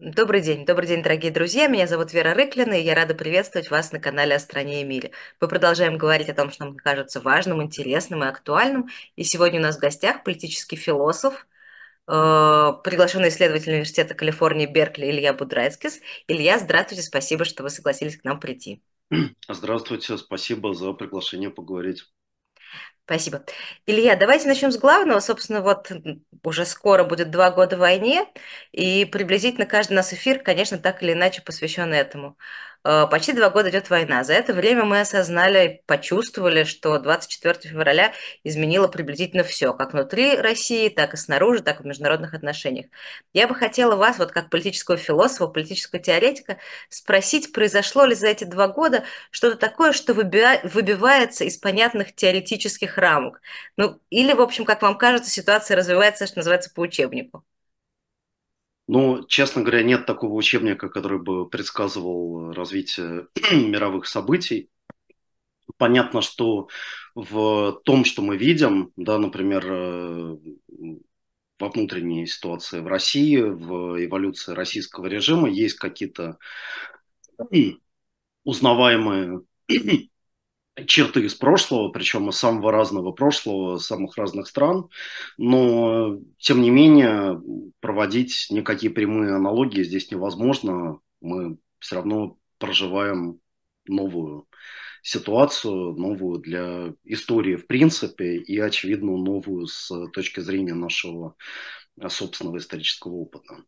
Добрый день, дорогие друзья. Меня зовут Вера Рыклина, и я рада приветствовать вас на канале «О стране и мире». Мы продолжаем говорить о том, что нам кажется важным, интересным и актуальным. И сегодня у нас в гостях политический философ, приглашенный исследователь Университета Калифорнии Беркли Илья Будрайцкис. Илья, здравствуйте, спасибо, что вы согласились к нам прийти. Здравствуйте, спасибо за приглашение поговорить. Спасибо. Илья, давайте начнем с главного. Собственно, уже скоро будет 2 года войне, и приблизительно каждый наш эфир, конечно, так или иначе посвящен этому. Почти 2 года идет война. За это время мы осознали, почувствовали, что 24 февраля изменило приблизительно все, как внутри России, так и снаружи, так и в международных отношениях. Я бы хотела вас, вот как политического философа, политического теоретика, спросить, произошло ли за эти 2 года что-то такое, что выбивается из понятных теоретических рамок. Ну, или, в общем, как вам кажется, ситуация развивается, что называется, по учебнику. Ну, честно говоря, нет такого учебника, который бы предсказывал развитие мировых событий. Понятно, что в том, что мы видим, да, например, во внутренней ситуации в России, в эволюции российского режима есть какие-то узнаваемые черты из прошлого, причем из самого разного прошлого, самых разных стран, но тем не менее проводить никакие прямые аналогии здесь невозможно. Мы все равно проживаем новую ситуацию, новую для истории в принципе и, очевидно, новую с точки зрения нашего собственного исторического опыта.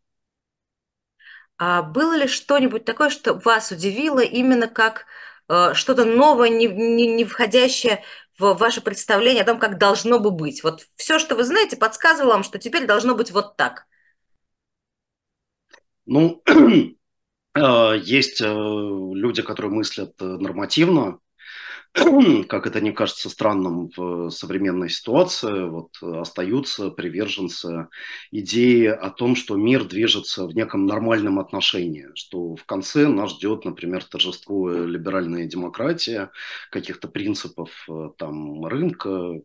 А было ли что-нибудь такое, что вас удивило именно как что-то новое, не входящее в ваше представление о том, как должно бы быть? Вот все, что вы знаете, подсказывало вам, что теперь должно быть вот так. Ну, есть люди, которые мыслят нормативно, как это не кажется странным в современной ситуации, вот остаются приверженцы идеи о том, что мир движется в неком нормальном отношении, что в конце нас ждет, например, торжество либеральной демократии, каких-то принципов там рынка,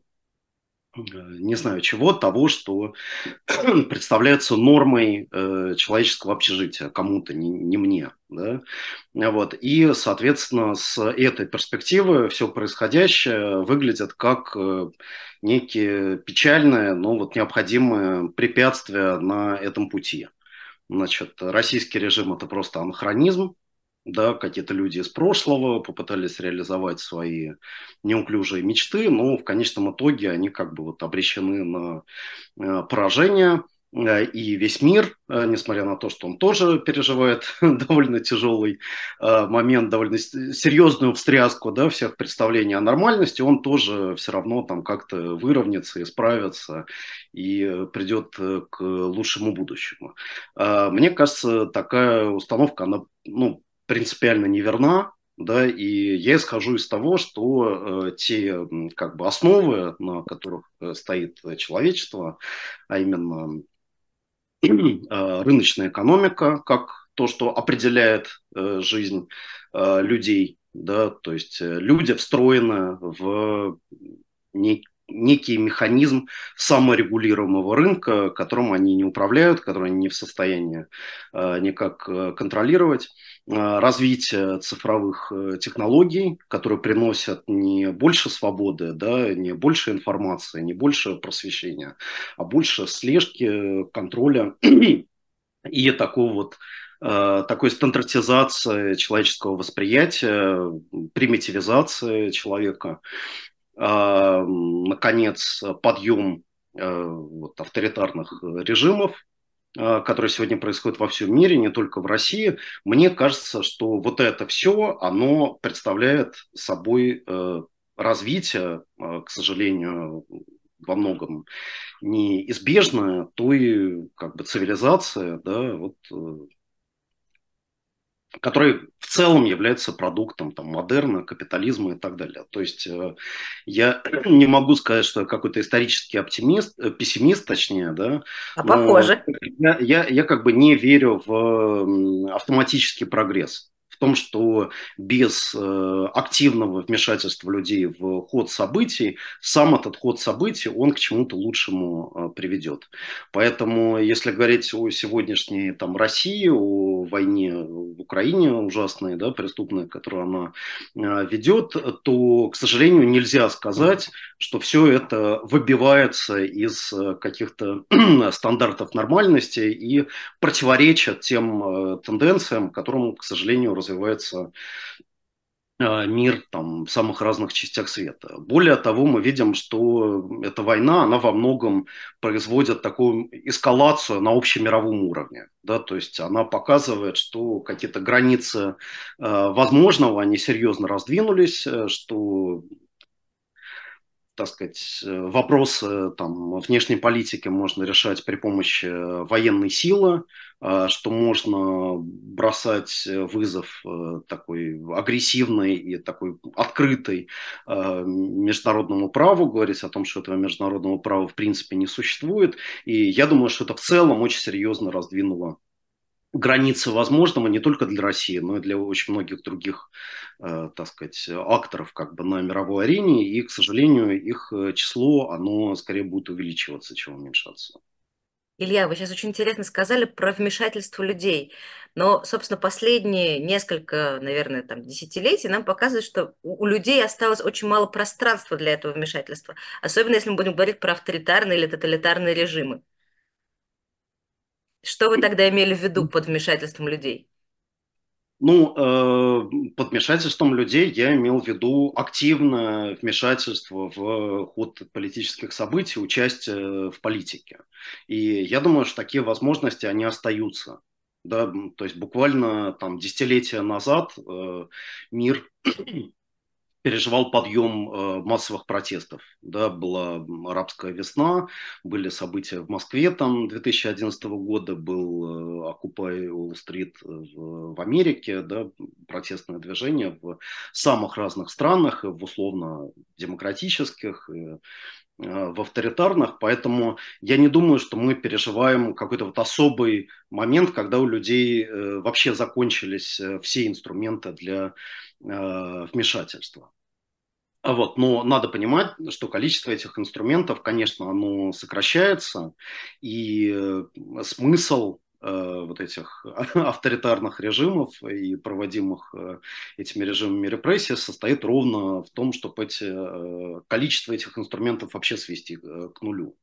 не знаю чего, того, что представляется нормой человеческого общежития кому-то, не мне. Да? Вот. И, соответственно, с этой перспективы все происходящее выглядит как некие печальные, но вот необходимые препятствия на этом пути. Значит, российский режим – это просто анахронизм, да, какие-то люди из прошлого попытались реализовать свои неуклюжие мечты, но в конечном итоге они как бы вот обречены на поражение. И весь мир, несмотря на то, что он тоже переживает довольно тяжелый момент, довольно серьезную встряску, да, всех представлений о нормальности, он тоже все равно там как-то выровняется, исправится и придет к лучшему будущему. Мне кажется, такая установка, она, ну, принципиально неверна, да, и я исхожу из того, что те как бы основы, на которых стоит человечество, а именно рыночная экономика, как то, что определяет жизнь людей, да, то есть люди встроены в некий механизм саморегулируемого рынка, которым они не управляют, который они не в состоянии никак контролировать. Развитие цифровых технологий, которые приносят не больше свободы, да, не больше информации, не больше просвещения, а больше слежки, контроля и такого вот такой стандартизации человеческого восприятия, примитивизации человека, наконец, подъем вот, авторитарных режимов, которые сегодня происходят во всем мире, не только в России. Мне кажется, что вот это все, оно представляет собой развитие, к сожалению, во многом неизбежное той как бы цивилизации, да, вот, который в целом является продуктом там, модерна, капитализма и так далее. То есть я не могу сказать, что я какой-то исторический оптимист, пессимист, точнее, да, А но похоже. я как бы не верю в автоматический прогресс. В том, что без активного вмешательства людей в ход событий, сам этот ход событий, он к чему-то лучшему приведет. Поэтому, если говорить о сегодняшней там, России, о войне в Украине ужасной, да, преступной, которую она ведет, то, к сожалению, нельзя сказать, что все это выбивается из каких-то стандартов нормальности и противоречат тем тенденциям, которым, к сожалению, развивается мир там, в самых разных частях света. Более того, мы видим, что эта война, она во многом производит такую эскалацию на общемировом уровне. Да? То есть она показывает, что какие-то границы возможного, они серьезно раздвинулись, что так сказать, вопросы там, внешней политики можно решать при помощи военной силы, что можно бросать вызов такой агрессивный и такой открытый международному праву, говорить о том, что этого международного права в принципе не существует. И я думаю, что это в целом очень серьезно раздвинуло границы возможного не только для России, но и для очень многих других, так сказать, акторов как бы на мировой арене. И, к сожалению, их число, оно скорее будет увеличиваться, чем уменьшаться. Илья, вы сейчас очень интересно сказали про вмешательство людей. Но, собственно, последние несколько, наверное, там, десятилетий нам показывают, что у людей осталось очень мало пространства для этого вмешательства. Особенно если мы будем говорить про авторитарные или тоталитарные режимы. Что вы тогда имели в виду под вмешательством людей? Ну, под вмешательством людей я имел в виду активное вмешательство в ход политических событий, участие в политике. И я думаю, что такие возможности, они остаются. Да, то есть буквально там десятилетия назад мир переживал подъем массовых протестов. Да, была арабская весна, были события в Москве там 2011 года, был Occupy Wall Street в Америке, да, протестное движение в самых разных странах, в условно демократических, в авторитарных, поэтому я не думаю, что мы переживаем какой-то вот особый момент, когда у людей вообще закончились все инструменты для вмешательства. Вот, но надо понимать, что количество этих инструментов, конечно, оно сокращается, и смысл вот этих авторитарных режимов и проводимых этими режимами репрессий состоит ровно в том, чтобы количество этих инструментов вообще свести к нулю.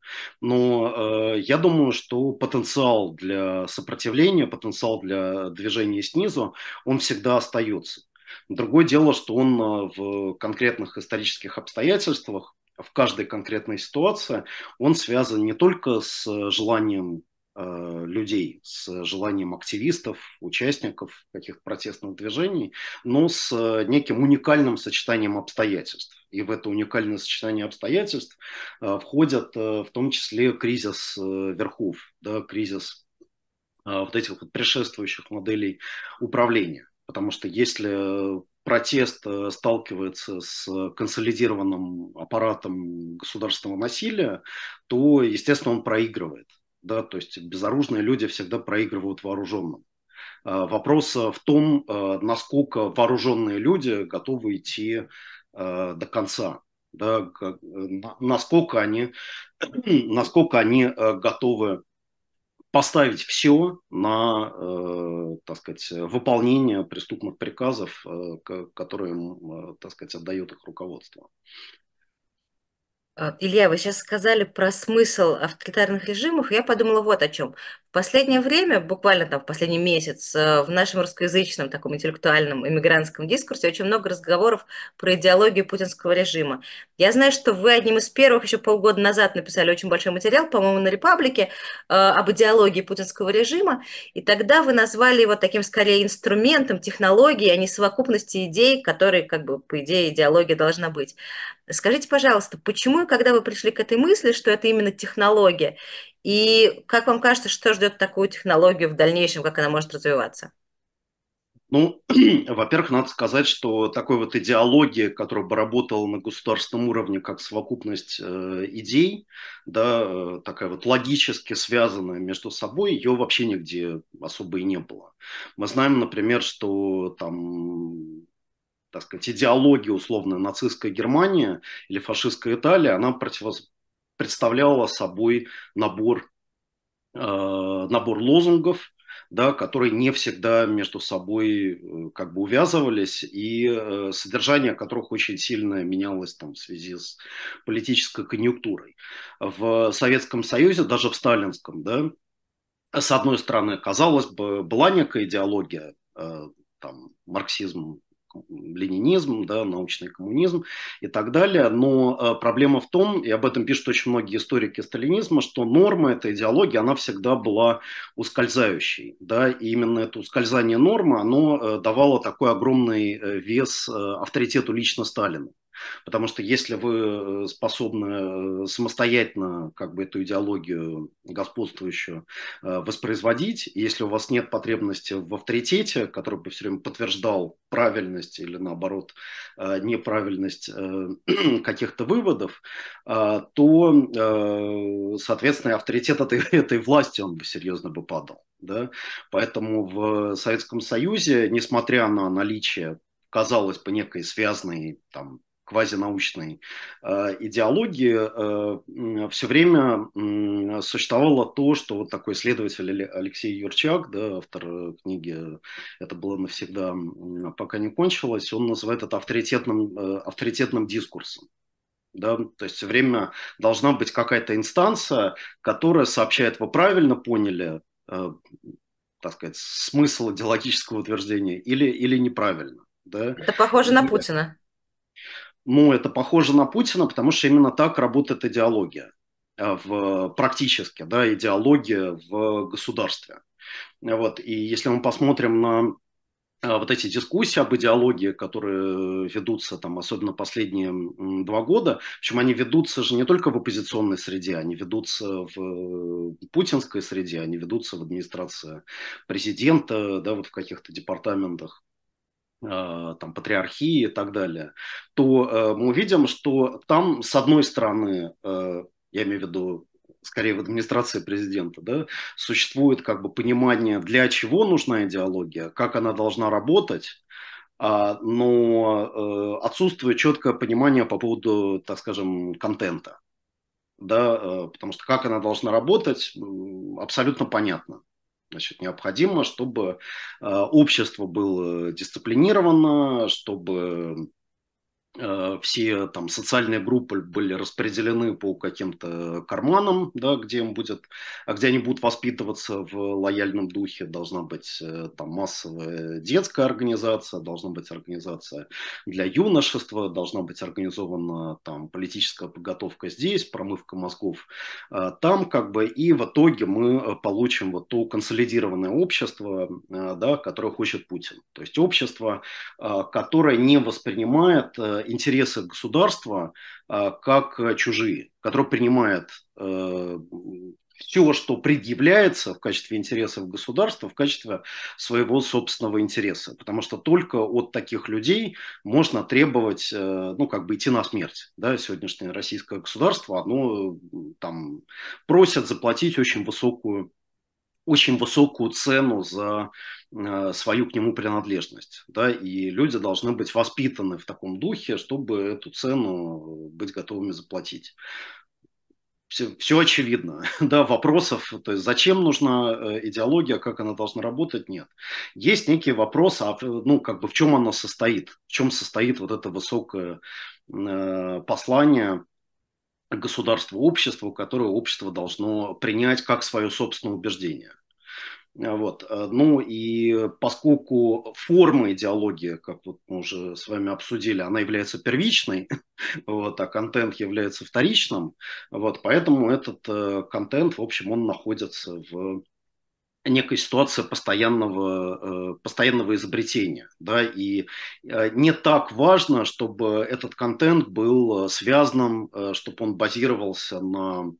Но я думаю, что потенциал для сопротивления, потенциал для движения снизу, он всегда остается. Другое дело, что он в конкретных исторических обстоятельствах, в каждой конкретной ситуации, он связан не только с желанием людей, с желанием активистов, участников каких-то протестных движений, но с неким уникальным сочетанием обстоятельств. И в это уникальное сочетание обстоятельств входят в том числе кризис верхов, да, кризис вот этих вот предшествующих моделей управления. Потому что если протест сталкивается с консолидированным аппаратом государственного насилия, то, естественно, он проигрывает. Да? То есть безоружные люди всегда проигрывают вооруженным. Вопрос в том, насколько вооруженные люди готовы идти до конца. Да? Насколько они готовы поставить все на, так сказать, выполнение преступных приказов, которые им, так сказать, отдает их руководство. Илья, вы сейчас сказали про смысл авторитарных режимов, и я подумала вот о чем. В последнее время, буквально там в последний месяц, в нашем русскоязычном таком интеллектуальном иммигрантском дискурсе очень много разговоров про идеологию путинского режима. Я знаю, что вы одним из первых еще полгода назад написали очень большой материал, по-моему, на «Репаблике», об идеологии путинского режима, и тогда вы назвали его таким скорее инструментом, технологией, а не совокупностью идей, которые, как бы, по идее, идеология должна быть. Скажите, пожалуйста, почему и когда вы пришли к этой мысли, что это именно технология? И как вам кажется, что ждет такую технологию в дальнейшем, как она может развиваться? Ну, во-первых, надо сказать, что такой вот идеология, которая бы работала на государственном уровне как совокупность идей, да, такая вот логически связанная между собой, ее вообще нигде особо и не было. Мы знаем, например, что там, так сказать, идеология условно нацистская Германия или фашистская Италия, она представляла собой набор набор лозунгов, да, которые не всегда между собой как бы увязывались, и содержание которых очень сильно менялось там, в связи с политической конъюнктурой. В Советском Союзе, даже в сталинском, да, с одной стороны, казалось бы, была некая идеология, там, марксизм, ленинизм, да, научный коммунизм и так далее. Но проблема в том, и об этом пишут очень многие историки сталинизма, что норма этой идеологии, она всегда была ускользающей. Да, и именно это ускользание нормы, оно давало такой огромный вес авторитету лично Сталина. Потому что если вы способны самостоятельно как бы эту идеологию господствующую воспроизводить, и если у вас нет потребности в авторитете, который бы все время подтверждал правильность или наоборот неправильность каких-то выводов, то, соответственно, авторитет этой власти он бы серьезно бы падал. Да? Поэтому в Советском Союзе, несмотря на наличие, казалось бы, некой связанной там, квазинаучной идеологии, все время существовало то, что вот такой исследователь Алексей Юрчак, да, автор книги «Это было навсегда, пока не кончилось», он называет это авторитетным дискурсом. Да? То есть все время должна быть какая-то инстанция, которая сообщает, вы правильно поняли, так сказать, смысл идеологического утверждения или неправильно. Да? Это похоже на Путина. Ну, это похоже на Путина, потому что именно так работает идеология практически, да, идеология в государстве. Вот. И если мы посмотрим на вот эти дискуссии об идеологии, которые ведутся там, особенно последние 2 года, причем они ведутся же не только в оппозиционной среде, они ведутся в путинской среде, они ведутся в администрации президента, да, вот в каких-то департаментах там, патриархии и так далее, то мы увидим, что там, с одной стороны, я имею в виду скорее в администрации президента, да, существует как бы понимание, для чего нужна идеология, как она должна работать, но отсутствует четкое понимание по поводу, так скажем, контента. Да, потому что как она должна работать, абсолютно понятно. Значит, необходимо, чтобы общество было дисциплинировано, чтобы все там социальные группы были распределены по каким-то карманам, да, где они будут воспитываться в лояльном духе. Должна быть там массовая детская организация, должна быть организация для юношества, должна быть организована там политическая подготовка здесь, промывка мозгов там, как бы, и в итоге мы получим вот то консолидированное общество, да, которое хочет Путин. То есть общество, которое не воспринимает интересы государства как чужие, которое принимает все, что предъявляется в качестве интересов государства, в качестве своего собственного интереса. Потому что только от таких людей можно требовать, ну, как бы идти на смерть. Да? Сегодняшнее российское государство, оно там просят заплатить очень высокую цену за свою к нему принадлежность. Да, и люди должны быть воспитаны в таком духе, чтобы эту цену быть готовыми заплатить. Все очевидно, да, вопросов, то есть зачем нужна идеология, как она должна работать, нет. Есть некие вопросы, ну, как бы в чем она состоит, в чем состоит вот это высокое послание государству, обществу, которое общество должно принять как свое собственное убеждение. Вот. Ну и поскольку форма идеологии, как вот мы уже с вами обсудили, она является первичной, вот, а контент является вторичным, вот, поэтому этот контент, в общем, он находится в некой ситуации постоянного изобретения. Да, и не так важно, чтобы этот контент был связанным, чтобы он базировался на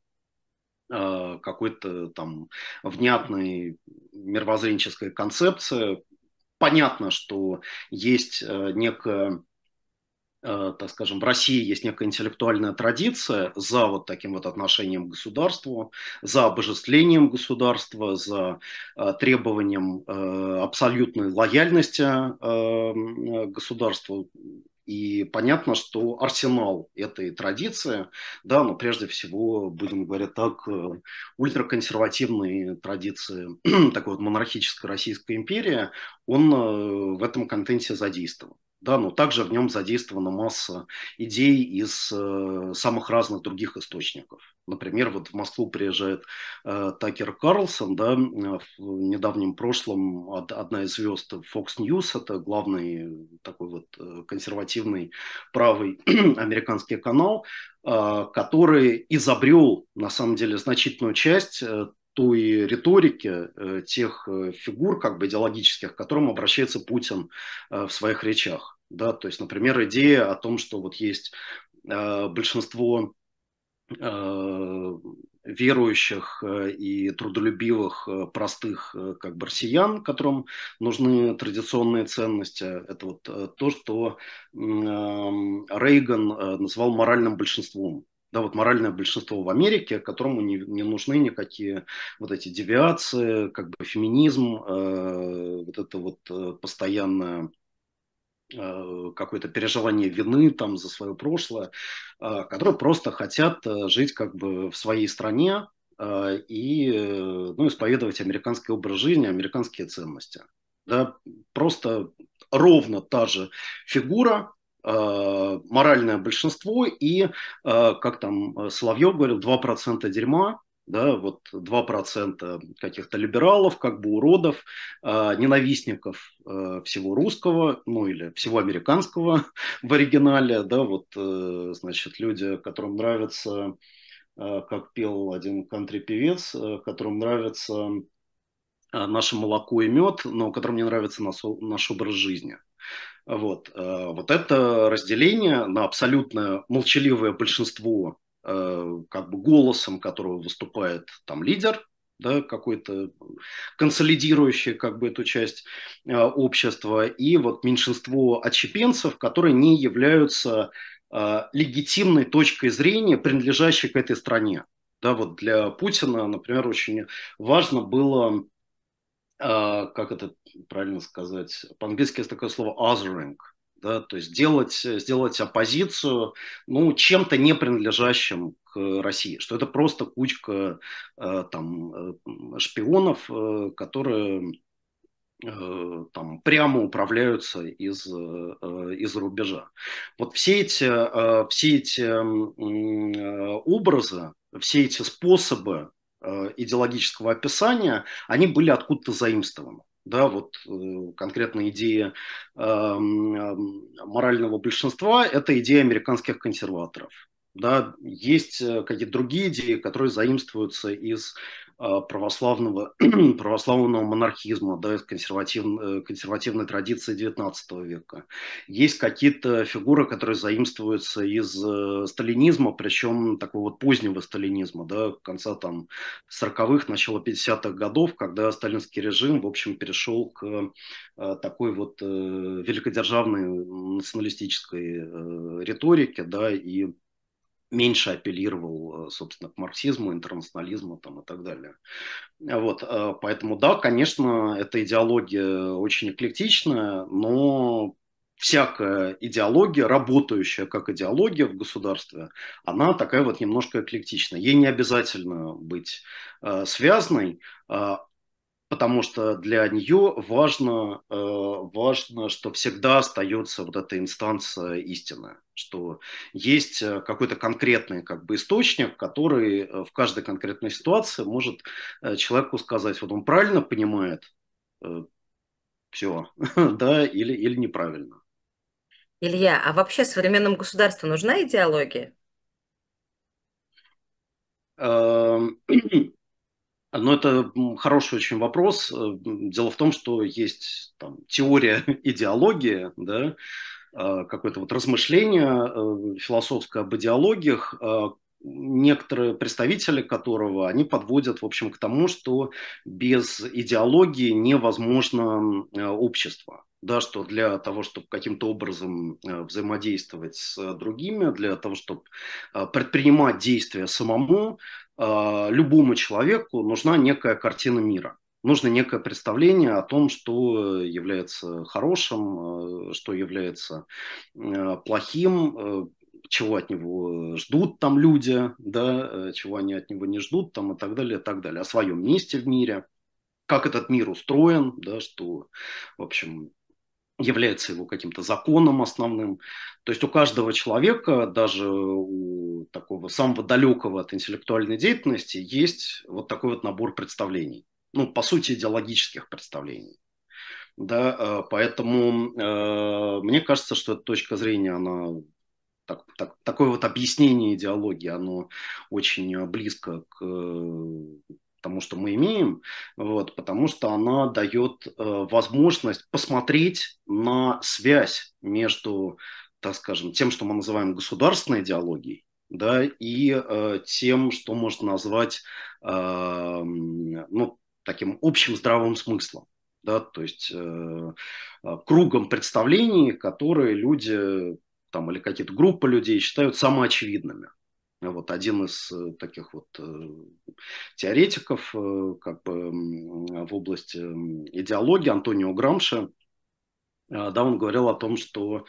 какой-то там внятной мировоззренческой концепции, понятно, что есть некая так скажем, в России есть некая интеллектуальная традиция за вот таким вот отношением к государству, за обожествлением государства, за требованием абсолютной лояльности государству. И понятно, что арсенал этой традиции, да, но прежде всего, будем говорить так, ультраконсервативные традиции такой вот монархической Российской империи, он в этом контенте задействован. Да, но также в нем задействована масса идей из самых разных других источников. Например, вот в Москву приезжает Такер Карлсон, да, в недавнем прошлом одна из звезд Fox News, это главный такой вот консервативный правый американский канал, который изобрел, на самом деле, значительную часть той риторики, тех фигур как бы идеологических, к которым обращается Путин в своих речах. Да? То есть, например, идея о том, что вот есть большинство верующих и трудолюбивых простых как бы россиян, которым нужны традиционные ценности. Это вот то, что Рейган называл моральным большинством. Да, вот моральное большинство в Америке, которому не нужны никакие вот эти девиации, как бы феминизм, вот это вот постоянное какое-то переживание вины там за свое прошлое, которые просто хотят жить как бы в своей стране и ну, исповедовать американский образ жизни, американские ценности. Да, просто ровно та же фигура, моральное большинство и, как там Соловьев говорил, 2% дерьма, да, вот 2% каких-то либералов, как бы уродов, ненавистников всего русского, ну или всего американского в оригинале, да, вот, значит, люди, которым нравится, как пел один кантри-певец, которым нравится наше молоко и мед, но которым не нравится наш образ жизни. Вот, вот это разделение на абсолютно молчаливое большинство, как бы голосом которого выступает там лидер, да, какой-то консолидирующий как бы эту часть общества, и вот меньшинство отщепенцев, которые не являются легитимной точкой зрения, принадлежащей к этой стране. Да, вот для Путина, например, очень важно было как это правильно сказать, по-английски есть такое слово othering, да, то есть сделать оппозицию ну, чем-то не принадлежащим к России, что это просто кучка там, шпионов, которые там прямо управляются из рубежа. Вот все эти образы, все эти способы идеологического описания, они были откуда-то заимствованы. Да, вот конкретно идея морального большинства – это идея американских консерваторов. Да, есть какие-то другие идеи, которые заимствуются из православного монархизма, да, из консервативной традиции XIX века. Есть какие-то фигуры, которые заимствуются из сталинизма, причем такого вот позднего сталинизма, да, конца там 40-х, начала 50-х годов, когда сталинский режим, в общем, перешел к такой вот великодержавной националистической риторике, да, и меньше апеллировал, собственно, к марксизму, интернационализму там, и так далее. Вот, поэтому, да, конечно, эта идеология очень эклектичная, но всякая идеология, работающая как идеология в государстве, она такая вот немножко эклектичная. Ей не обязательно быть связанной, потому что для нее важно, что всегда остается вот эта инстанция истины, что есть какой-то конкретный как бы источник, который в каждой конкретной ситуации может человеку сказать, вот он правильно понимает все, да, или неправильно. Илья, а вообще современному государству нужна идеология? Эм, Ну, это хороший очень вопрос. Дело в том, что есть там, теория идеологии, да, какое-то вот размышление философское об идеологиях, некоторые представители которого, они подводят, в общем, к тому, что без идеологии невозможно общество. Да, что для того, чтобы каким-то образом взаимодействовать с другими, для того, чтобы предпринимать действия самому, любому человеку нужна некая картина мира. Нужно некое представление о том, что является хорошим, что является плохим, чего от него ждут там люди, да, чего они от него не ждут, там, и так далее, и так далее. О своем месте в мире, как этот мир устроен, да, что, в общем, является его каким-то законом основным. То есть у каждого человека, даже у такого самого далекого от интеллектуальной деятельности, есть вот такой вот набор представлений. Ну, по сути, идеологических представлений. Да, поэтому мне кажется, что эта точка зрения, она такое вот объяснение идеологии, оно очень близко к тому, что мы имеем, вот, потому что она дает возможность посмотреть на связь между, так скажем, тем, что мы называем государственной идеологией, да, и тем, что можно назвать ну, таким общим здравым смыслом. Да, то есть кругом представлений, которые люди там, или какие-то группы людей считают самоочевидными. Вот один из таких вот теоретиков как бы в области идеологии, Антонио Грамши, да, он говорил о том, что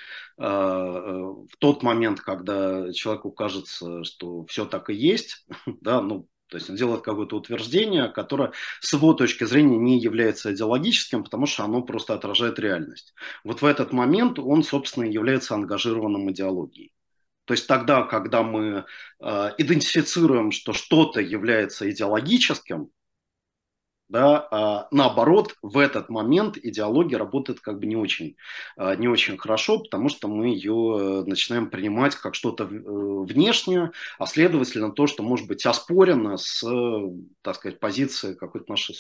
в тот момент, когда человеку кажется, что все так и есть, да, ну, то есть он делает какое-то утверждение, которое с его точки зрения не является идеологическим, потому что оно просто отражает реальность. Вот в этот момент он, собственно, является ангажированным идеологией. То есть тогда, когда мы идентифицируем, что что-то является идеологическим, да, наоборот, в этот момент идеология работает как бы не очень хорошо, потому что мы ее начинаем принимать как что-то внешнее, а следовательно то, что может быть оспорено с, так сказать, позиции какой-то нашей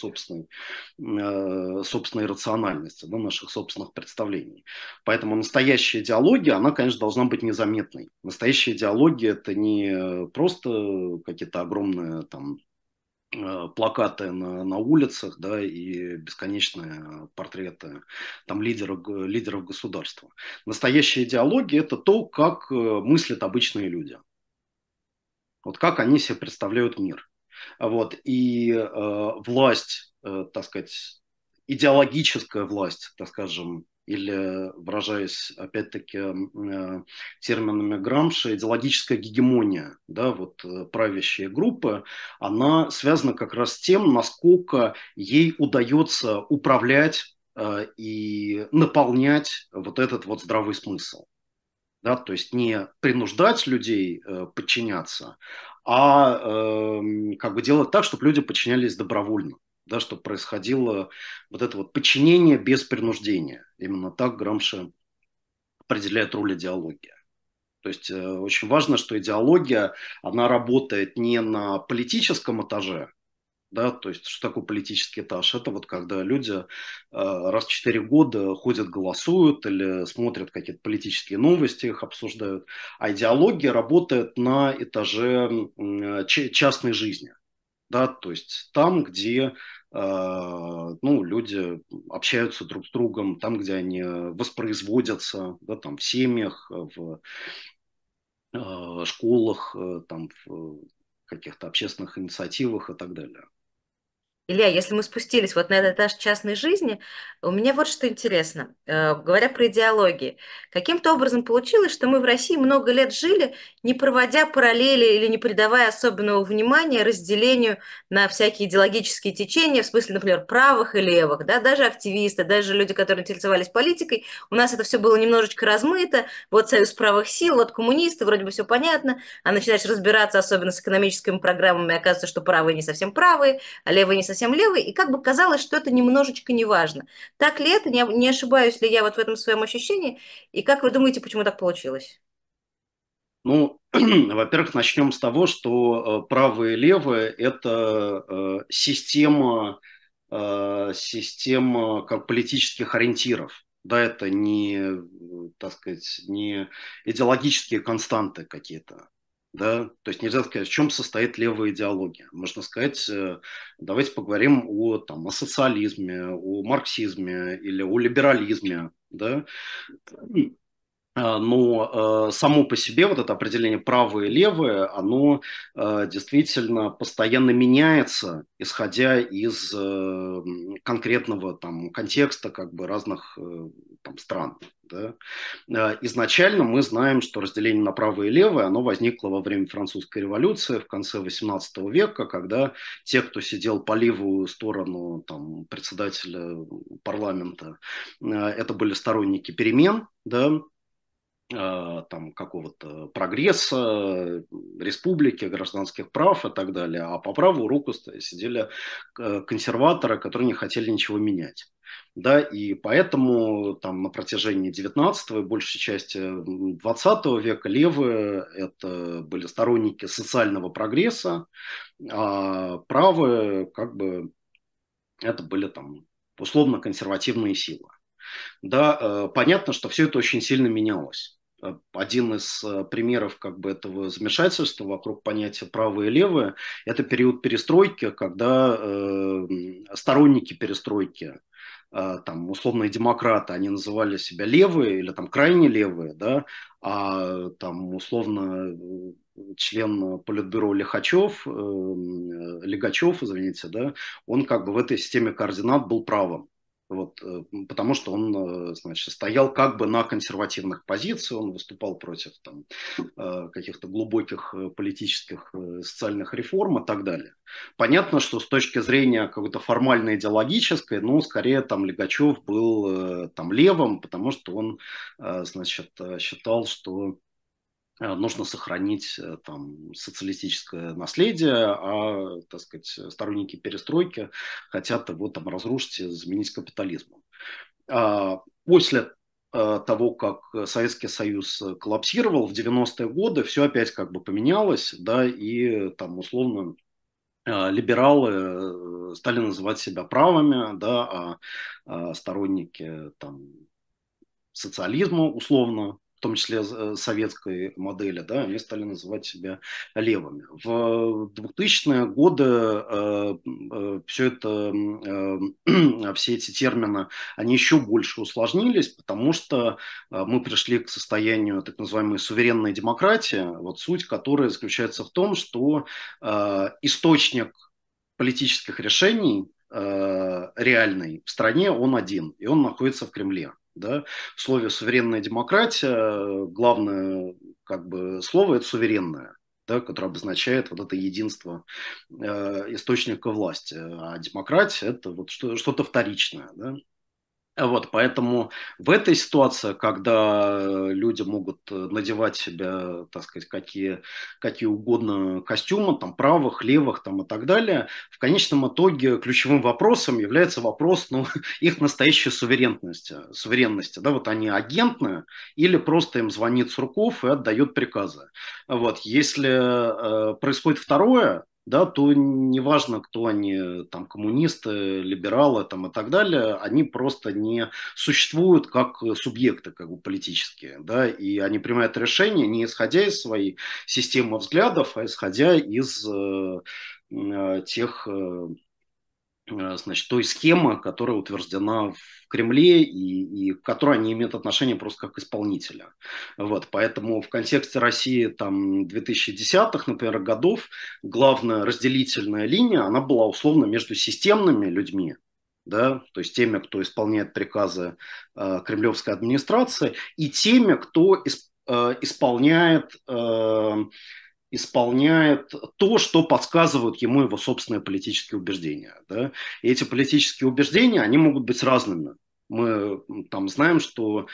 собственной рациональности, да, наших собственных представлений. Поэтому настоящая идеология, она, конечно, должна быть незаметной. Настоящая идеология – это не просто какие-то огромные там плакаты на улицах, да, и бесконечные портреты там лидеров государства. Настоящая идеология – это то, как мыслят обычные люди. Вот как они себе представляют мир. Вот. И власть, так сказать, идеологическая власть, так скажем, или, выражаясь опять-таки терминами Грамши, идеологическая гегемония, да, вот правящая группа, она связана как раз с тем, насколько ей удается управлять и наполнять вот этот вот здравый смысл. Да, то есть не принуждать людей подчиняться, а как бы делать так, чтобы люди подчинялись добровольно, да, чтобы происходило вот это вот подчинение без принуждения. Именно так Грамши определяет роль идеологии. То есть очень важно, что идеология, она работает не на политическом этаже, да, то есть что такое политический этаж? Это вот когда люди раз в 4 года ходят, голосуют или смотрят какие-то политические новости, их обсуждают. А идеология работает на этаже частной жизни, да, то есть там, где ну, люди общаются друг с другом, там, где они воспроизводятся, да, там, в семьях, в школах, там, в каких-то общественных инициативах и так далее. Илья, если мы спустились вот на этот этаж частной жизни, у меня вот что интересно. Говоря про идеологии, каким-то образом получилось, что мы в России много лет жили, не проводя параллели или не придавая особенного внимания разделению на всякие идеологические течения, в смысле, например, правых и левых, да, даже активисты, даже люди, которые интересовались политикой, у нас это все было немножечко размыто, вот союз правых сил, вот коммунисты, вроде бы все понятно, а начинаешь разбираться, особенно с экономическими программами, оказывается, что правые не совсем правые, а левый не совсем левый, и как бы казалось, что это немножечко неважно. Так ли это, не ошибаюсь ли я вот в этом своем ощущении, и как вы думаете, почему так получилось? Ну, во-первых, начнем с того, что правые и левые – это система как политических ориентиров. Да, это не, так сказать, не идеологические константы какие-то. Да, то есть нельзя сказать, в чем состоит левая идеология. Можно сказать, давайте поговорим о социализме, о марксизме или о либерализме, да. Но само по себе вот это определение правое и левое, оно действительно постоянно меняется, исходя из конкретного там контекста как бы разных там стран. Да. Изначально мы знаем, что разделение на правое и левое, оно возникло во время французской революции в конце XVIII века, когда те, кто сидел по левую сторону там, председателя парламента, это были сторонники перемен, да, там какого-то прогресса, республики, гражданских прав и так далее. А по правую руку сидели консерваторы, которые не хотели ничего менять. Да, и поэтому там на протяжении 19 и большей части 20 века левые это были сторонники социального прогресса, а правые как бы это были там условно консервативные силы. Да, понятно, что все это очень сильно менялось. Один из примеров как бы этого замешательства вокруг понятия правое и левое – это период перестройки, когда сторонники перестройки, там условные демократы, они называли себя левые или там крайне левые, да, а там условно член политбюро Лихачев, извините, да, он как бы в этой системе координат был правым. Вот, потому что он, значит, стоял как бы на консервативных позициях, он выступал против там, каких-то глубоких политических, социальных реформ и так далее. Понятно, что с точки зрения какой-то формальной идеологической, ну, скорее там Лигачев был там левым, потому что он, значит, считал, что нужно сохранить там социалистическое наследие, а, так сказать, сторонники перестройки хотят его там разрушить и заменить капитализмом. После того, как Советский Союз коллапсировал в 90-е годы, все опять как бы поменялось, да, и там условно либералы стали называть себя правыми, да, а сторонники там социализма условно, в том числе советской модели, да, они стали называть себя левыми. В 2000-е годы все это, все эти термины, они еще больше усложнились, потому что мы пришли к состоянию так называемой суверенной демократии, вот суть которой заключается в том, что источник политических решений реальный в стране, он один, и он находится в Кремле. Да? В слове суверенная демократия главное как бы слово это суверенное, да, которое обозначает вот это единство источника власти. А демократия это вот что-то вторичное. Да? Вот, поэтому в этой ситуации, когда люди могут надевать себе, так сказать, какие угодно костюмы, там, правых, левых там, и так далее, в конечном итоге ключевым вопросом является вопрос ну, их настоящей суверенности. Да, вот они агентные или просто им звонит Сурков и отдает приказы. Вот, если происходит второе, да, то неважно, кто они, там, коммунисты, либералы там, и так далее, они просто не существуют как субъекты как бы, политические, да, и они принимают решения не исходя из своей системы взглядов, а исходя из тех значит, той схемы, которая утверждена в Кремле и к которой они имеют отношение просто как исполнителя. Вот, поэтому в контексте России там 2010-х, например, годов главная разделительная линия, она была условно между системными людьми, да, то есть теми, кто исполняет приказы кремлевской администрации, и теми, кто исполняет то, что подсказывают ему его собственные политические убеждения. Да? И эти политические убеждения, они могут быть разными. Мы там знаем, что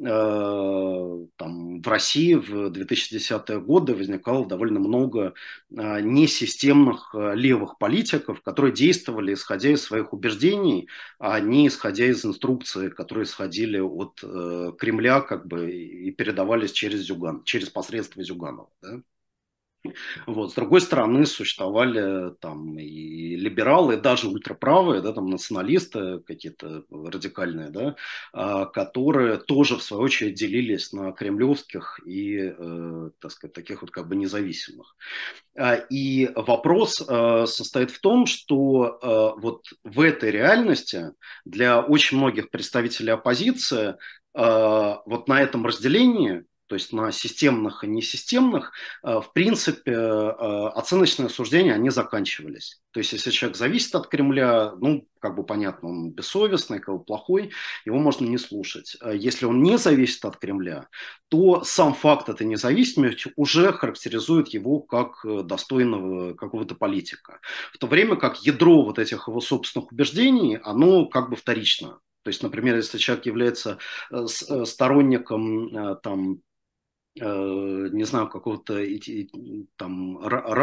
там, в России в 2010-е годы возникало довольно много несистемных левых политиков, которые действовали исходя из своих убеждений, а не исходя из инструкций, которые исходили от Кремля как бы, и передавались через посредство Зюганова. Да? Вот. С другой стороны, существовали там и либералы, и даже ультраправые, да, там националисты какие-то радикальные, да, которые тоже, в свою очередь, делились на кремлевских и, так сказать, таких вот как бы независимых. И вопрос состоит в том, что вот в этой реальности для очень многих представителей оппозиции вот на этом разделении, то есть на системных и несистемных, в принципе, оценочные суждения, они заканчивались. То есть, если человек зависит от Кремля, ну, как бы понятно, он бессовестный, как бы плохой, его можно не слушать. Если он не зависит от Кремля, то сам факт этой независимости уже характеризует его как достойного какого-то политика. В то время как ядро вот этих его собственных убеждений, оно как бы вторично. То есть, например, если человек является сторонником там не знаю, какого-то там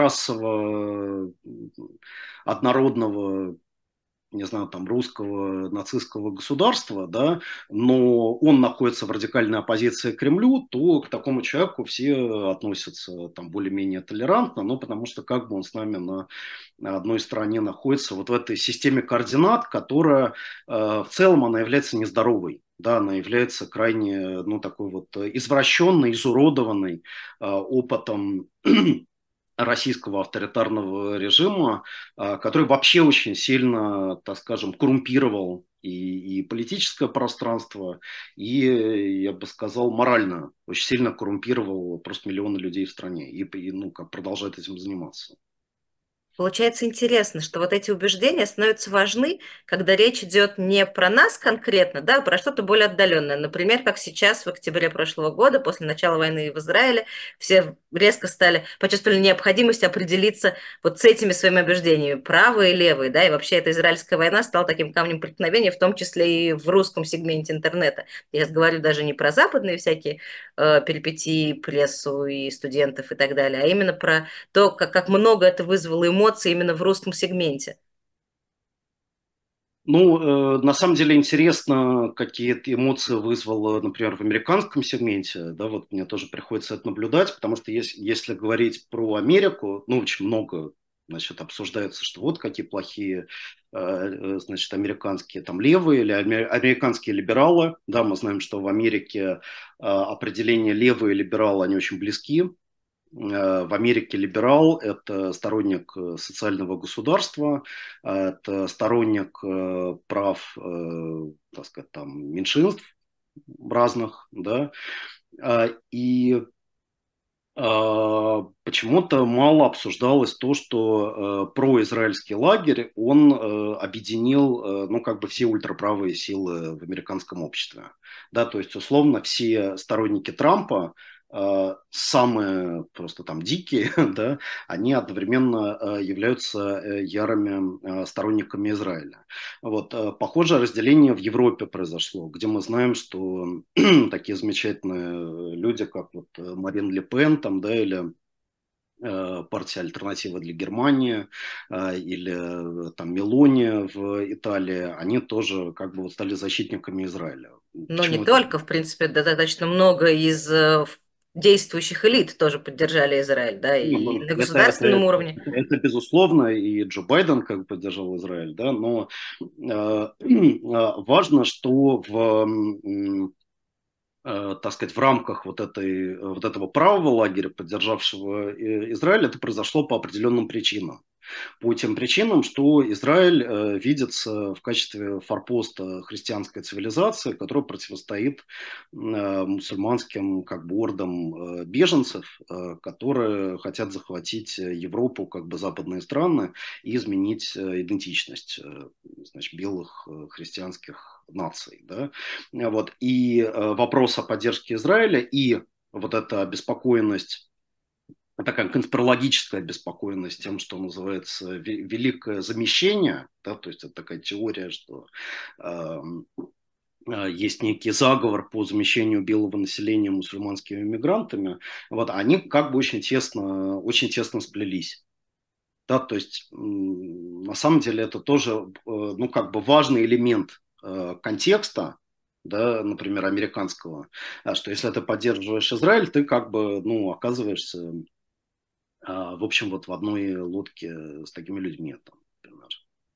расово однородного, не знаю, там, русского нацистского государства, да, но он находится в радикальной оппозиции к Кремлю, то к такому человеку все относятся там более-менее толерантно, но потому что как бы он с нами на одной стороне находится вот в этой системе координат, которая в целом она является нездоровой. Да, она является крайне, ну, такой вот извращенной, изуродованной опытом российского авторитарного режима, который вообще очень сильно, так скажем, коррумпировал и политическое пространство, и, я бы сказал, морально очень сильно коррумпировал просто миллионы людей в стране, и ну, как продолжает этим заниматься. Получается интересно, что вот эти убеждения становятся важны, когда речь идет не про нас конкретно, да, а про что-то более отдаленное. Например, как сейчас, в октябре прошлого года, после начала войны в Израиле, все резко почувствовали необходимость определиться вот с этими своими убеждениями, правые и левые, да, и вообще эта израильская война стала таким камнем преткновения, в том числе и в русском сегменте интернета. Я говорю даже не про западные всякие перипетии, прессу и студентов и так далее, а именно про то, как много это вызвало эмоций именно в русском сегменте. Ну, на самом деле интересно, какие эмоции вызвало, например, в американском сегменте, да, вот мне тоже приходится это наблюдать, потому что если говорить про Америку, ну, очень много, значит, обсуждается, что вот какие плохие, значит, американские там левые или американские либералы, да, мы знаем, что в Америке определение левые либералы, они очень близки. В Америке либерал – это сторонник социального государства, это сторонник прав, так сказать, там, меньшинств разных, да, и почему-то мало обсуждалось то, что произраильский лагерь, он объединил, ну, как бы все ультраправые силы в американском обществе. Да, то есть, условно, все сторонники Трампа, самые просто там дикие, да, они одновременно являются ярыми сторонниками Израиля. Вот, похожее разделение в Европе произошло, где мы знаем, что такие замечательные люди, как вот Марин Ле Пен, там, да, или партия «Альтернатива для Германии» или там Мелони в Италии, они тоже как бы вот стали защитниками Израиля. Но не Почему это? только, в принципе, достаточно много из действующих элит тоже поддержали Израиль, да, Ну, и ну, на государственном уровне. это безусловно, и Джо Байден как бы поддержал Израиль, да, но важно, что так сказать, в рамках вот этого правого лагеря, поддержавшего Израиль, это произошло по определенным причинам. По тем причинам, что Израиль видится в качестве форпоста христианской цивилизации, которая противостоит мусульманским как бы ордам беженцев, которые хотят захватить Европу, как бы западные страны, и изменить идентичность значит, белых христианских наций. Да? Вот. И вопрос о поддержке Израиля и вот эта обеспокоенность, такая конспирологическая беспокоенность тем, что называется великое замещение, да, то есть это такая теория, что э, есть некий заговор по замещению белого населения мусульманскими мигрантами, вот, они как бы очень тесно сплелись. Да, то есть на самом деле это тоже ну, как бы важный элемент контекста, да, например, американского, что если ты поддерживаешь Израиль, ты как бы ну, оказываешься в общем, вот в одной лодке с такими людьми, там, например.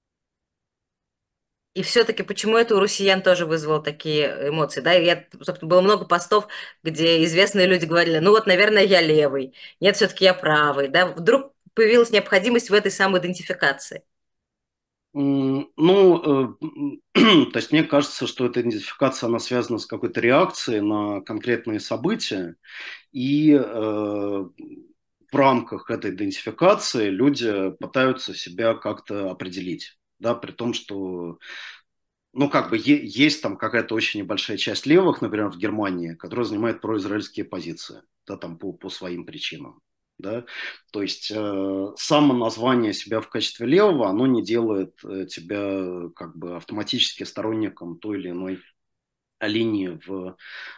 И все-таки почему это у россиян тоже вызвало такие эмоции, да? Собственно, было много постов, где известные люди говорили, ну вот, наверное, я левый, нет, все-таки я правый, да? Вдруг появилась необходимость в этой самоидентификации. Ну, то есть мне кажется, что эта идентификация, она связана с какой-то реакцией на конкретные события, и в рамках этой идентификации люди пытаются себя как-то определить, да, при том, что, ну, как бы есть там какая-то очень небольшая часть левых, например, в Германии, которая занимает произраильские позиции, да, там по своим причинам. Да? То есть само название себя в качестве левого, оно не делает тебя как бы автоматически сторонником той или иной линии в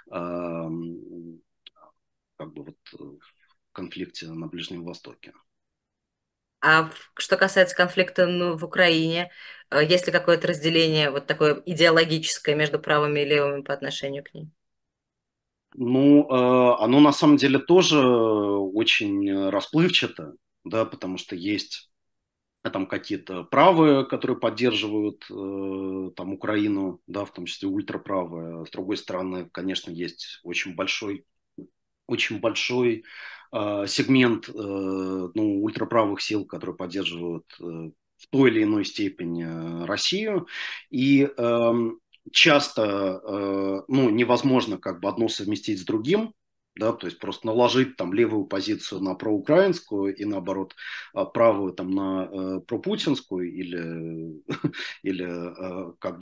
как бы вот в конфликте на Ближнем Востоке. Что касается конфликта ну, в Украине, есть ли какое-то разделение вот такое идеологическое между правыми и левыми по отношению к ним? Ну, оно на самом деле тоже очень расплывчато, да, потому что есть там какие-то правые, которые поддерживают там Украину, да, в том числе ультраправые. С другой стороны, конечно, есть очень большой сегмент ну, ультраправых сил, которые поддерживают в той или иной степени Россию. И часто ну, невозможно как бы одно совместить с другим, да, то есть просто наложить там левую позицию на проукраинскую и наоборот правую там на пропутинскую или, или как бы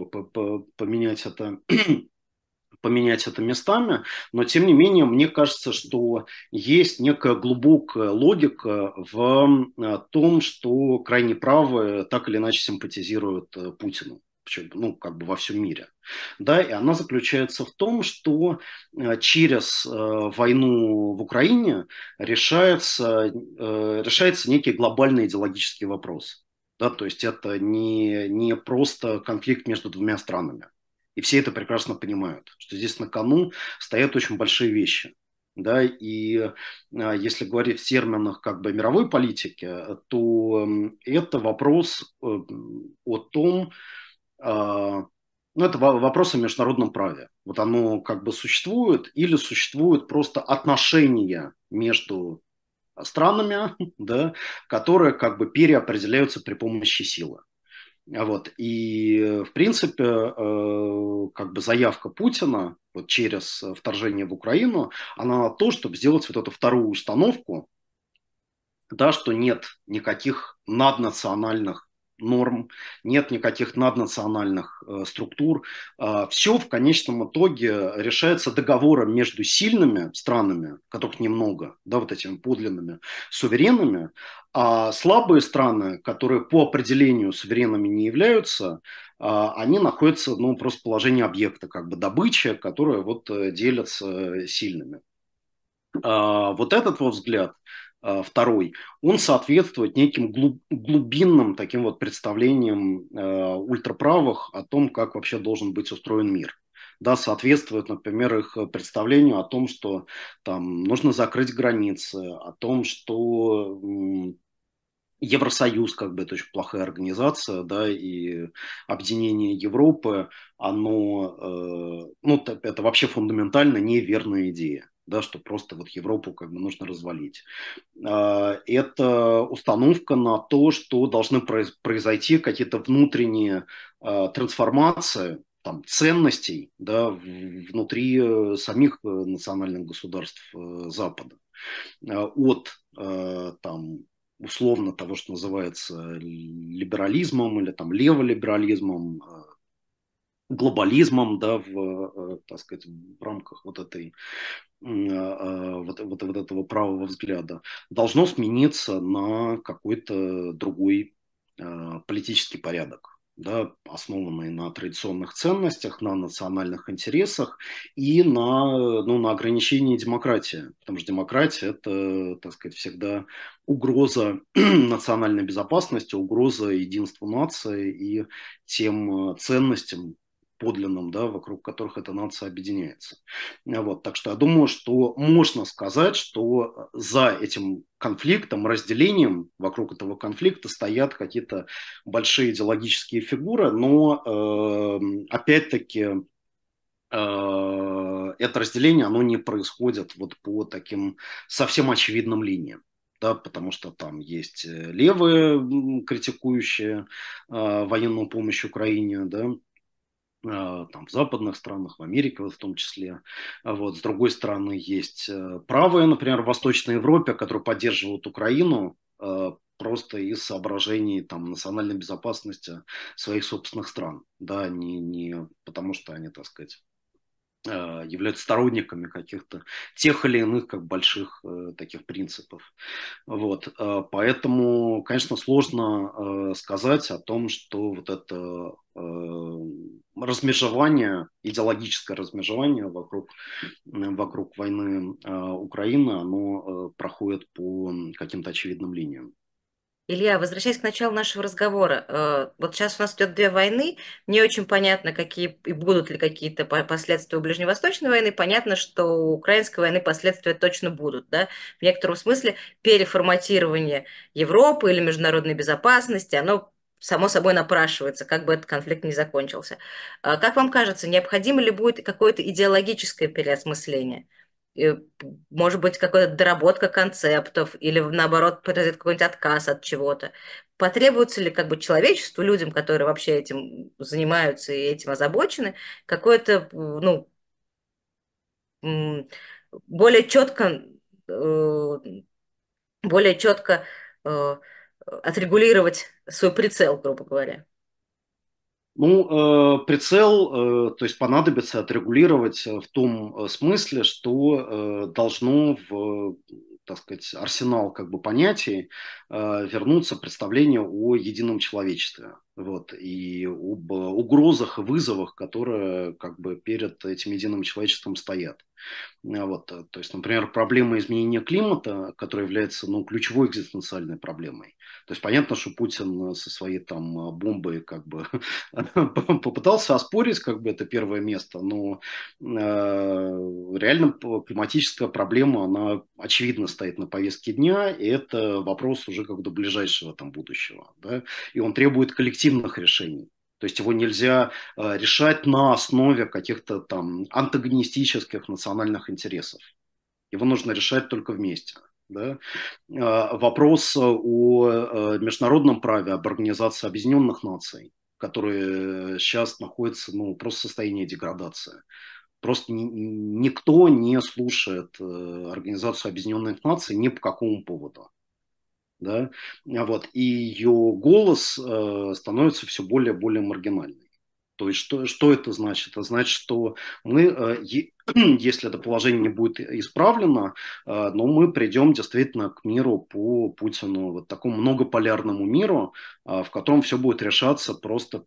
поменять это местами, но тем не менее мне кажется, что есть некая глубокая логика в том, что крайне правые так или иначе симпатизируют Путину. Причем, ну, как бы во всем мире. Да, и она заключается в том, что через войну в Украине решается некий глобальный идеологический вопрос. Да, то есть это не просто конфликт между двумя странами. И все это прекрасно понимают, что здесь на кону стоят очень большие вещи. Да, и если говорить в терминах как бы мировой политики, то это вопрос о том, ну, это вопрос о международном праве. Вот оно как бы существует или существуют просто отношения между странами, да, которые как бы переопределяются при помощи силы. Вот. И, в принципе, как бы заявка Путина вот через вторжение в Украину, она на то, чтобы сделать вот эту вторую установку, да, что нет никаких наднациональных норм, нет никаких наднациональных структур. Все в конечном итоге решается договором между сильными странами, которых немного, да, вот этими подлинными суверенами, а слабые страны, которые по определению суверенами не являются, они находятся, ну, просто в положении объекта, как бы добычи, которая вот делятся сильными. Вот этот вот взгляд, второй, он соответствует неким глубинным таким вот представлениям ультраправых о том, как вообще должен быть устроен мир. Да, соответствует, например, их представлению о том, что там нужно закрыть границы, о том, что Евросоюз, как бы, это очень плохая организация, да, и объединение Европы, оно, ну, это вообще фундаментально неверная идея, да, что просто вот Европу как бы нужно развалить. Это установка на то, что должны произойти какие-то внутренние трансформации, там, ценностей, да, внутри самих национальных государств Запада. От там, условно того, что называется либерализмом или там леволиберализмом, глобализмом, да, так сказать, в рамках вот этой вот этого правого взгляда, должно смениться на какой-то другой политический порядок, да, основанный на традиционных ценностях, на национальных интересах и на, ну, на ограничении демократии. Потому что демократия – это, так сказать, всегда угроза национальной безопасности, угроза единству нации и тем ценностям, подлинным, да, вокруг которых эта нация объединяется. Вот. Так что я думаю, что можно сказать, что за этим конфликтом, разделением вокруг этого конфликта стоят какие-то большие идеологические фигуры, но опять-таки это разделение, оно не происходит вот по таким совсем очевидным линиям. Да, потому что там есть левые, критикующие военную помощь Украине, да, там, в западных странах, в Америке вот в том числе. Вот. С другой стороны, есть правые, например, в Восточной Европе, которые поддерживают Украину просто из соображений там, национальной безопасности своих собственных стран. Да, не потому что они, так сказать, являются сторонниками каких-то тех или иных как больших таких принципов. Вот. Поэтому, конечно, сложно сказать о том, что вот это размежевание, идеологическое размежевание вокруг войны Украины, оно проходит по каким-то очевидным линиям. Илья, возвращаясь к началу нашего разговора, вот сейчас у нас идет две войны, не очень понятно, какие и будут ли какие-то последствия у Ближневосточной войны. Понятно, что у украинской войны последствия точно будут, да? В некотором смысле переформатирование Европы или международной безопасности, оно само собой напрашивается, как бы этот конфликт ни закончился. Как вам кажется, необходимо ли будет какое-то идеологическое переосмысление? э, Может быть, какая-то доработка концептов или, наоборот, произойдет какой-нибудь отказ от чего-то. Потребуется ли как бы человечеству, людям, которые вообще этим занимаются и этим озабочены, какое-то, ну, м, более четко, э, более четко отрегулировать свой прицел, грубо говоря? Ну, прицел, то есть понадобится отрегулировать в том смысле, что должно в, так сказать, арсенал как бы понятий вернуться представление о едином человечестве. Вот, и об угрозах и вызовах, которые как бы перед этим единым человечеством стоят. Вот, то есть, например, проблема изменения климата, которая является ну, ключевой экзистенциальной проблемой. То есть понятно, что Путин со своей там бомбой как бы попытался оспорить как бы это первое место, но реально климатическая проблема, она очевидно стоит на повестке дня, и это вопрос уже как бы до ближайшего там будущего. Да? И он требует коллективных решений. То есть его нельзя решать на основе каких-то там антагонистических национальных интересов. Его нужно решать только вместе. Да? Вопрос о международном праве, об Организации Объединенных Наций, которые сейчас находятся ну, просто в состоянии деградации. Просто никто не слушает Организацию Объединенных Наций ни по какому поводу. Да? Вот. И ее голос становится все более и более маргинальным. То есть что это значит? Это значит, что мы, если это положение не будет исправлено, но мы придем действительно к миру по Путину, вот такому многополярному миру, в котором все будет решаться просто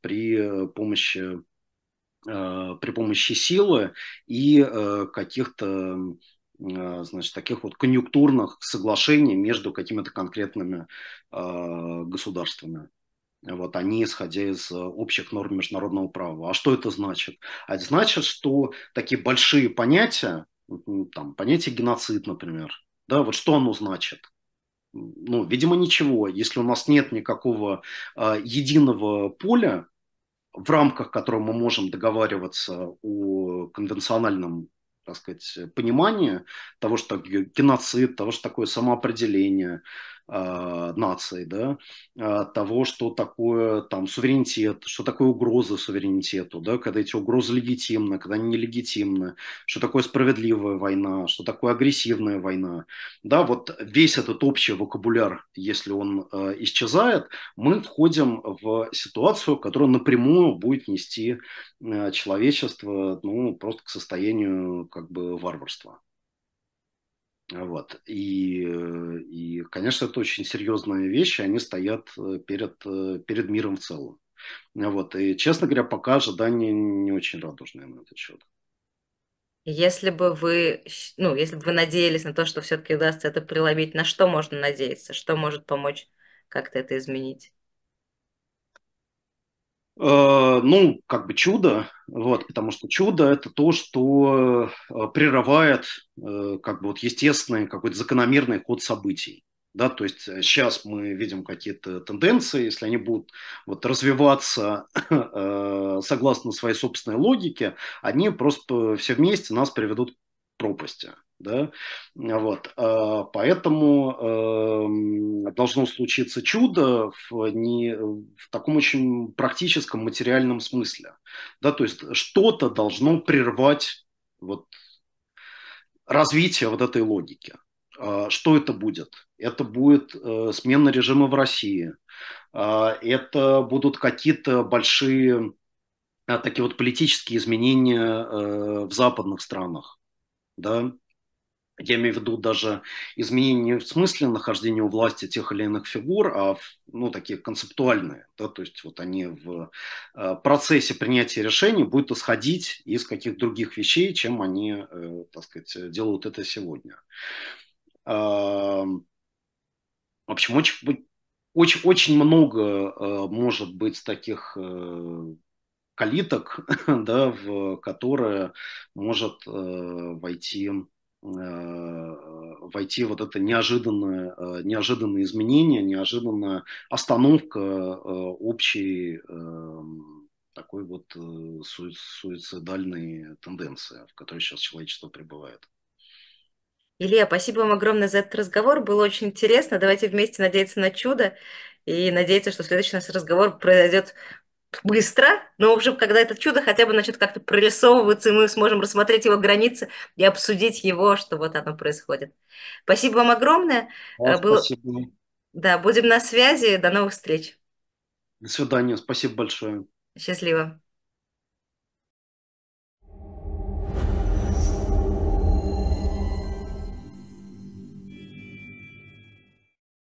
при помощи силы и каких-то значит, таких вот конъюнктурных соглашений между какими-то конкретными государствами. Вот, они исходя из общих норм международного права. А что это значит? А это значит, что такие большие понятия, там, понятие геноцид, например, да, вот что оно значит? Ну, видимо, ничего. Если у нас нет никакого единого поля, в рамках которого мы можем договариваться о конвенциональном, так сказать, понимании того, что такое геноцид, того, что такое самоопределение нации, да, того, что такое там суверенитет, что такое угроза суверенитету, да, когда эти угрозы легитимны, когда они нелегитимны, что такое справедливая война, что такое агрессивная война, да, вот весь этот общий вокабуляр, если он исчезает, мы входим в ситуацию, которая напрямую будет нести человечество ну, просто к состоянию как бы варварства. Вот. Конечно, это очень серьезные вещи, они стоят перед миром в целом. Вот. И, честно говоря, пока ожидания не очень радужные на этот счет. Если бы вы, ну, если бы вы надеялись на то, что все-таки удастся это преломить, на что можно надеяться? Что может помочь как-то это изменить? Ну, как бы чудо, вот, потому что чудо – это то, что прерывает как бы вот естественный какой-то закономерный ход событий. Да, то есть сейчас мы видим какие-то тенденции, если они будут вот развиваться согласно своей собственной логике, они просто все вместе нас приведут к пропасти. Да? Вот. Поэтому должно случиться чудо в таком очень практическом материальном смысле. Да? То есть что-то должно прервать вот, развитие вот этой логики. Что это будет? Это будет смена режима в России. Это будут какие-то большие такие вот политические изменения в западных странах. Да? Я имею в виду даже изменения не в смысле нахождения у власти тех или иных фигур, а ну, такие концептуальные. Да, то есть вот они в процессе принятия решений будут исходить из каких-то других вещей, чем они, так сказать, делают это сегодня. В общем, очень много может быть таких калиток, да, в которые может войти вот это неожиданное изменение, неожиданная остановка общей такой вот суицидальной тенденции, в которой сейчас человечество пребывает. Илья, спасибо вам огромное за этот разговор. Было очень интересно. Давайте вместе надеяться на чудо и надеяться, что следующий наш разговор произойдет быстро, но уже когда это чудо хотя бы начнет как-то прорисовываться, и мы сможем рассмотреть его границы и обсудить его, что вот оно происходит. Спасибо вам огромное. Было... Спасибо. Да, будем на связи. До новых встреч. До свидания. Спасибо большое. Счастливо.